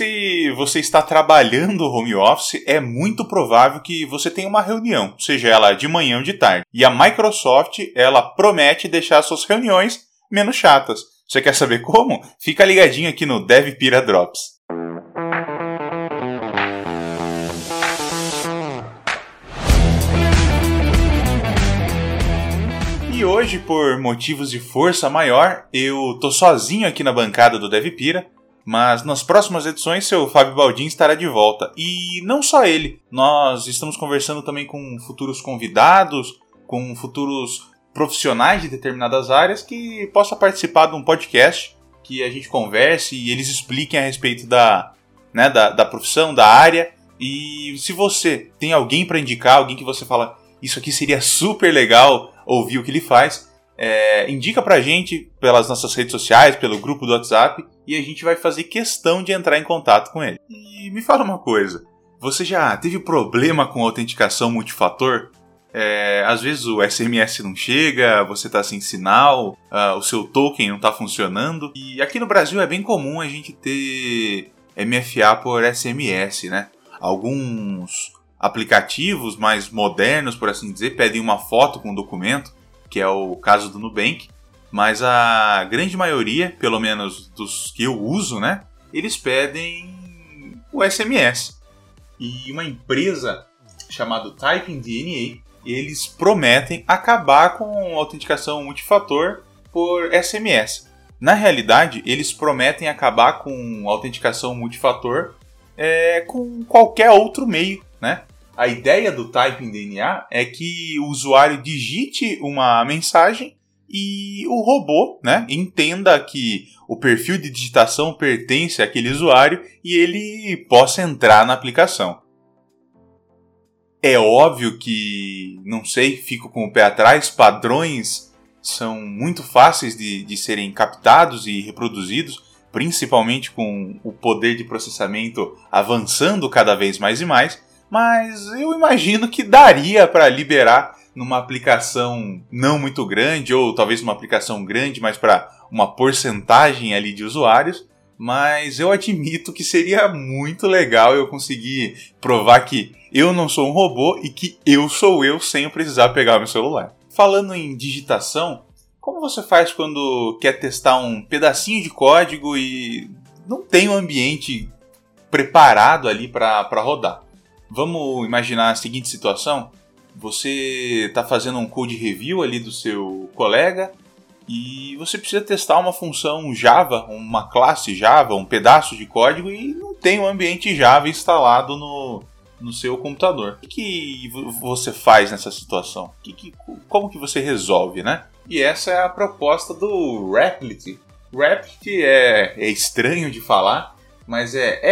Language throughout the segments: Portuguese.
Se você está trabalhando home office, é muito provável que você tenha uma reunião, seja ela de manhã ou de tarde. E a Microsoft, ela promete deixar suas reuniões menos chatas. Você quer saber como? Fica ligadinho aqui no DevPira Drops. E hoje, por motivos de força maior, eu tô sozinho aqui na bancada do DevPira, mas nas próximas edições seu Fábio Baldin estará de volta. E não só ele, nós estamos conversando também com futuros convidados, com futuros profissionais de determinadas áreas que possam participar de um podcast que a gente converse e eles expliquem a respeito da profissão, da área. E se você tem alguém para indicar, alguém que você fala, isso aqui seria super legal ouvir o que ele faz, indica pra gente pelas nossas redes sociais, pelo grupo do WhatsApp, e a gente vai fazer questão de entrar em contato com ele. E me fala uma coisa, você já teve problema com autenticação multifator? Às vezes o SMS não chega, você tá sem sinal, o seu token não tá funcionando. E aqui no Brasil é bem comum a gente ter MFA por SMS, né? Alguns aplicativos mais modernos, por assim dizer, pedem uma foto com o documento, que é o caso do Nubank, mas a grande maioria, pelo menos dos que eu uso, né, eles pedem o SMS. E uma empresa chamada TypingDNA, eles prometem acabar com a autenticação multifator por SMS. Na realidade, eles prometem acabar com a autenticação multifator com qualquer outro meio, né? A ideia do TypingDNA é que o usuário digite uma mensagem e o robô, né, entenda que o perfil de digitação pertence àquele usuário e ele possa entrar na aplicação. É óbvio que, não sei, fico com o pé atrás, padrões são muito fáceis de serem captados e reproduzidos, principalmente com o poder de processamento avançando cada vez mais e mais, mas eu imagino que daria para liberar numa aplicação não muito grande, ou talvez numa aplicação grande, mas para uma porcentagem ali de usuários. Mas eu admito que seria muito legal eu conseguir provar que eu não sou um robô e que eu sou eu sem eu precisar pegar o meu celular. Falando em digitação, como você faz quando quer testar um pedacinho de código e não tem um ambiente preparado ali para rodar? Vamos imaginar a seguinte situação: você está fazendo um code review ali do seu colega e você precisa testar uma função Java, uma classe Java, um pedaço de código e não tem um ambiente Java instalado no seu computador. O que você faz nessa situação? Como que você resolve, né? E essa é a proposta do Replit. Replit é estranho de falar, mas é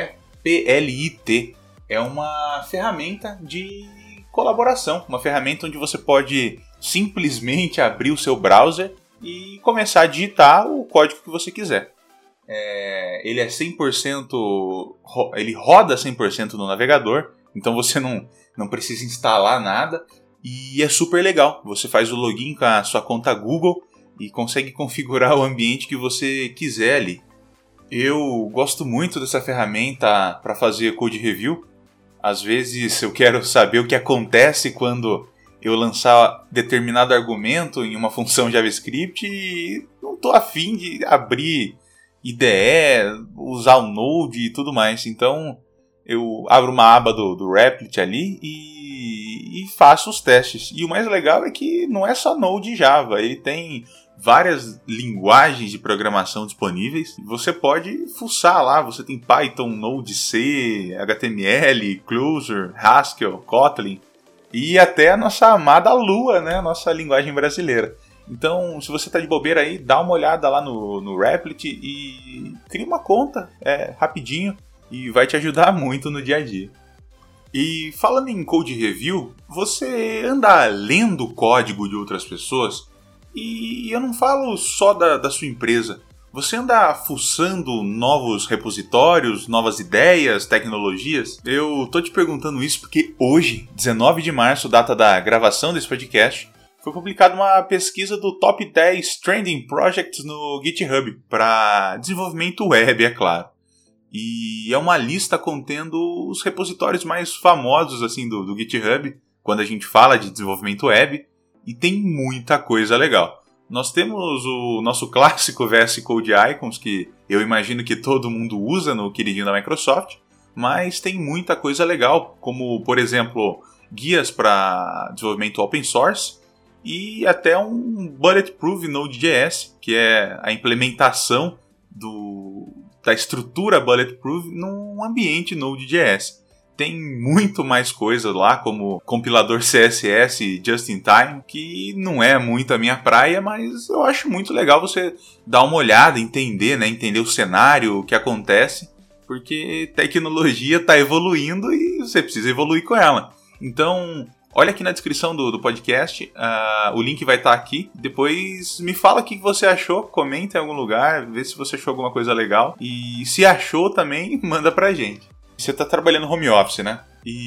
REPLIT. É uma ferramenta de colaboração, uma ferramenta onde você pode simplesmente abrir o seu browser e começar a digitar o código que você quiser. Ele é 100%, ele roda 100% no navegador, então você não precisa instalar nada e é super legal. Você faz o login com a sua conta Google e consegue configurar o ambiente que você quiser ali. Eu gosto muito dessa ferramenta para fazer code review. Às vezes eu quero saber o que acontece quando eu lançar determinado argumento em uma função JavaScript e não estou afim de abrir IDE, usar o Node e tudo mais. Então eu abro uma aba do Replit ali e faço os testes. E o mais legal é que não é só Node e Java, ele tem várias linguagens de programação disponíveis. Você pode fuçar lá, você tem Python, Node, C, HTML, Clojure, Haskell, Kotlin e até a nossa amada Lua, né? Nossa linguagem brasileira. Então, se você está de bobeira aí, dá uma olhada lá no Replit e cria uma conta, rapidinho, e vai te ajudar muito no dia a dia. E falando em code review, você anda lendo o código de outras pessoas? E eu não falo só da sua empresa. Você anda fuçando novos repositórios, novas ideias, tecnologias? Eu tô te perguntando isso porque hoje, 19 de março, data da gravação desse podcast, foi publicada uma pesquisa do Top 10 Trending Projects no GitHub, para desenvolvimento web, é claro. E é uma lista contendo os repositórios mais famosos assim, do GitHub, quando a gente fala de desenvolvimento web, e tem muita coisa legal. Nós temos o nosso clássico VS Code Icons, que eu imagino que todo mundo usa no queridinho da Microsoft, mas tem muita coisa legal, como, por exemplo, guias para desenvolvimento open source e até um Bulletproof Node.js, que é a implementação da estrutura Bulletproof num ambiente Node.js. Tem muito mais coisas lá, como compilador CSS Just in Time, que não é muito a minha praia, mas eu acho muito legal você dar uma olhada, entender, né? Entender o cenário, o que acontece, porque tecnologia está evoluindo e você precisa evoluir com ela. Então, olha aqui na descrição do podcast, o link vai estar aqui. Depois me fala o que você achou, comenta em algum lugar, vê se você achou alguma coisa legal. E se achou também, manda pra gente. Você está trabalhando home office, né?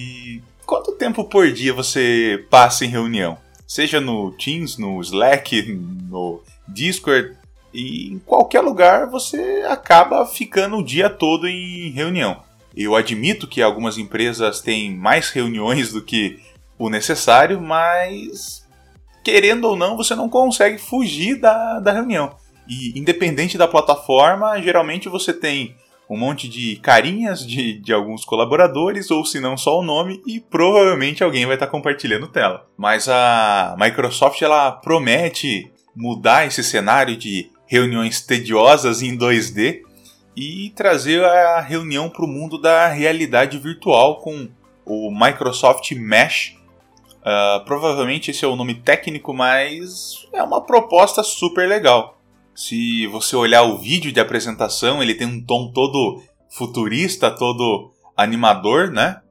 E quanto tempo por dia você passa em reunião? Seja no Teams, no Slack, no Discord, e em qualquer lugar você acaba ficando o dia todo em reunião. Eu admito que algumas empresas têm mais reuniões do que o necessário, mas querendo ou não, você não consegue fugir da reunião. E independente da plataforma, geralmente você tem um monte de carinhas de alguns colaboradores, ou se não só o nome, e provavelmente alguém vai estar compartilhando tela. Mas a Microsoft ela promete mudar esse cenário de reuniões tediosas em 2D e trazer a reunião para o mundo da realidade virtual com o Microsoft Mesh. Provavelmente esse é o nome técnico, mas é uma proposta super legal. Se você olhar o vídeo de apresentação, ele tem um tom todo futurista, todo animador, né?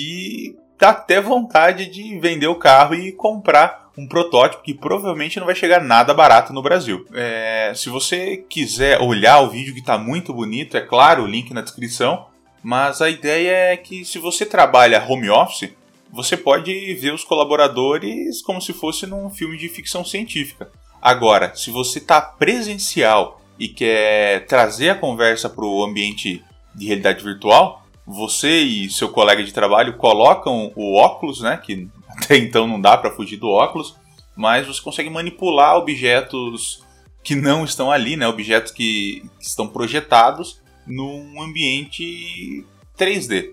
E dá até vontade de vender o carro e comprar um protótipo que provavelmente não vai chegar nada barato no Brasil. Se você quiser olhar o vídeo que está muito bonito, é claro, o link na descrição, mas a ideia é que se você trabalha home office, você pode ver os colaboradores como se fosse num filme de ficção científica. Agora, se você está presencial e quer trazer a conversa para o ambiente de realidade virtual, você e seu colega de trabalho colocam o óculos, né, que até então não dá para fugir do óculos, mas você consegue manipular objetos que não estão ali, né, objetos que estão projetados num ambiente 3D.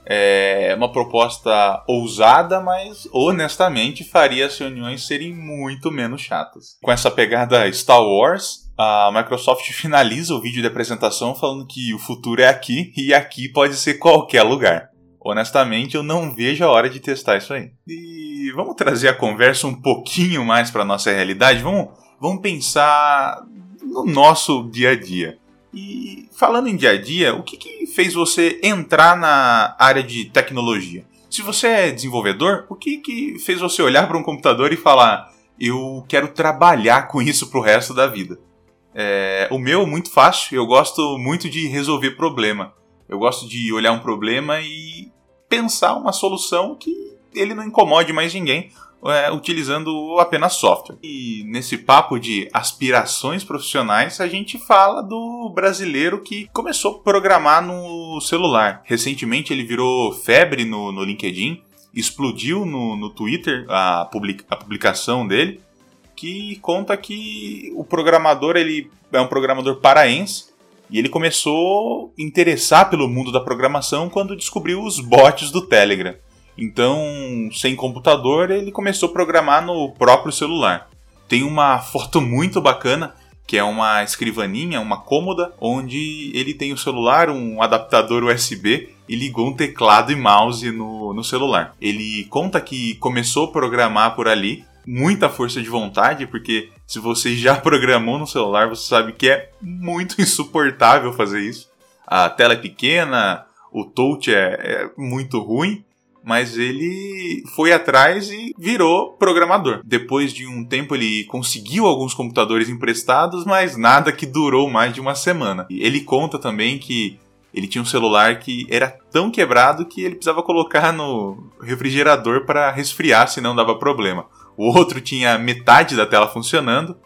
É uma proposta ousada, mas honestamente faria as reuniões serem muito menos chatas. Com essa pegada Star Wars, a Microsoft finaliza o vídeo de apresentação falando que o futuro é aqui e aqui pode ser qualquer lugar. Honestamente, eu não vejo a hora de testar isso aí. E vamos trazer a conversa um pouquinho mais para a nossa realidade? Vamos pensar no nosso dia a dia. E falando em dia a dia, o que fez você entrar na área de tecnologia? Se você é desenvolvedor, o que fez você olhar para um computador e falar: eu quero trabalhar com isso pro resto da vida? O meu é muito fácil, eu gosto muito de resolver problema. Eu gosto de olhar um problema e pensar uma solução que ele não incomode mais ninguém, utilizando apenas software. E nesse papo de aspirações profissionais, a gente fala do brasileiro que começou a programar no celular. Recentemente ele virou febre no LinkedIn, explodiu no Twitter a publicação dele, que conta que o programador ele é um programador paraense e ele começou a interessar pelo mundo da programação quando descobriu os bots do Telegram. Então, sem computador, ele começou a programar no próprio celular. Tem uma foto muito bacana, que é uma escrivaninha, uma cômoda, onde ele tem o celular, um adaptador USB, e ligou um teclado e mouse no celular. Ele conta que começou a programar por ali, muita força de vontade, porque se você já programou no celular, você sabe que é muito insuportável fazer isso. A tela é pequena, o touch é muito ruim, mas ele foi atrás e virou programador. Depois de um tempo ele conseguiu alguns computadores emprestados, mas nada que durou mais de uma semana. Ele conta também que ele tinha um celular que era tão quebrado que ele precisava colocar no refrigerador para resfriar, senão dava problema. O outro tinha metade da tela funcionando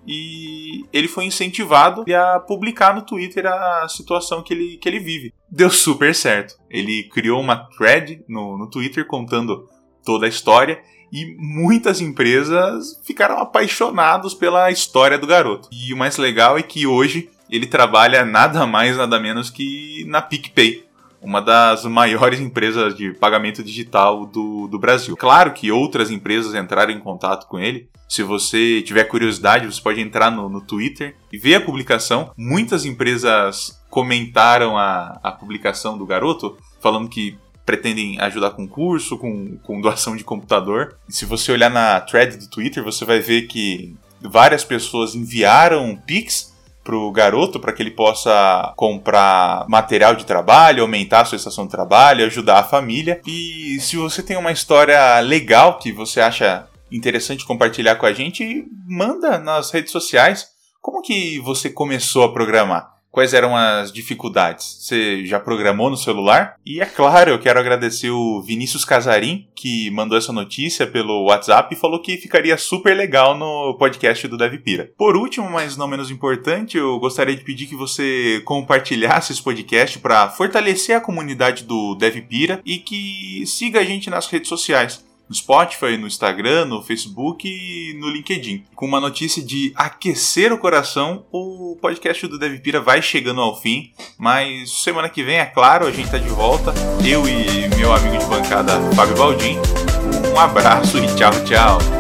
e ele foi incentivado a publicar no Twitter a situação que ele vive. Deu super certo. Ele criou uma thread no Twitter contando toda a história e muitas empresas ficaram apaixonados pela história do garoto. E o mais legal é que hoje ele trabalha nada mais, nada menos que na PicPay, uma das maiores empresas de pagamento digital do Brasil. Claro que outras empresas entraram em contato com ele. Se você tiver curiosidade, você pode entrar no Twitter e ver a publicação. Muitas empresas comentaram a publicação do garoto, falando que pretendem ajudar com curso, com doação de computador. E se você olhar na thread do Twitter, você vai ver que várias pessoas enviaram Pix pro garoto para que ele possa comprar material de trabalho, aumentar a sua estação de trabalho, ajudar a família. E se você tem uma história legal que você acha interessante compartilhar com a gente, manda nas redes sociais. Como que você começou a programar? Quais eram as dificuldades? Você já programou no celular? E é claro, eu quero agradecer o Vinícius Casarim, que mandou essa notícia pelo WhatsApp e falou que ficaria super legal no podcast do DevPira. Por último, mas não menos importante, eu gostaria de pedir que você compartilhasse esse podcast para fortalecer a comunidade do DevPira e que siga a gente nas redes sociais. No Spotify, no Instagram, no Facebook e no LinkedIn. Com uma notícia de aquecer o coração, o podcast do DevPira vai chegando ao fim, mas semana que vem, é claro, a gente tá de volta, eu e meu amigo de bancada, Fábio Baldin. Um abraço e tchau, tchau!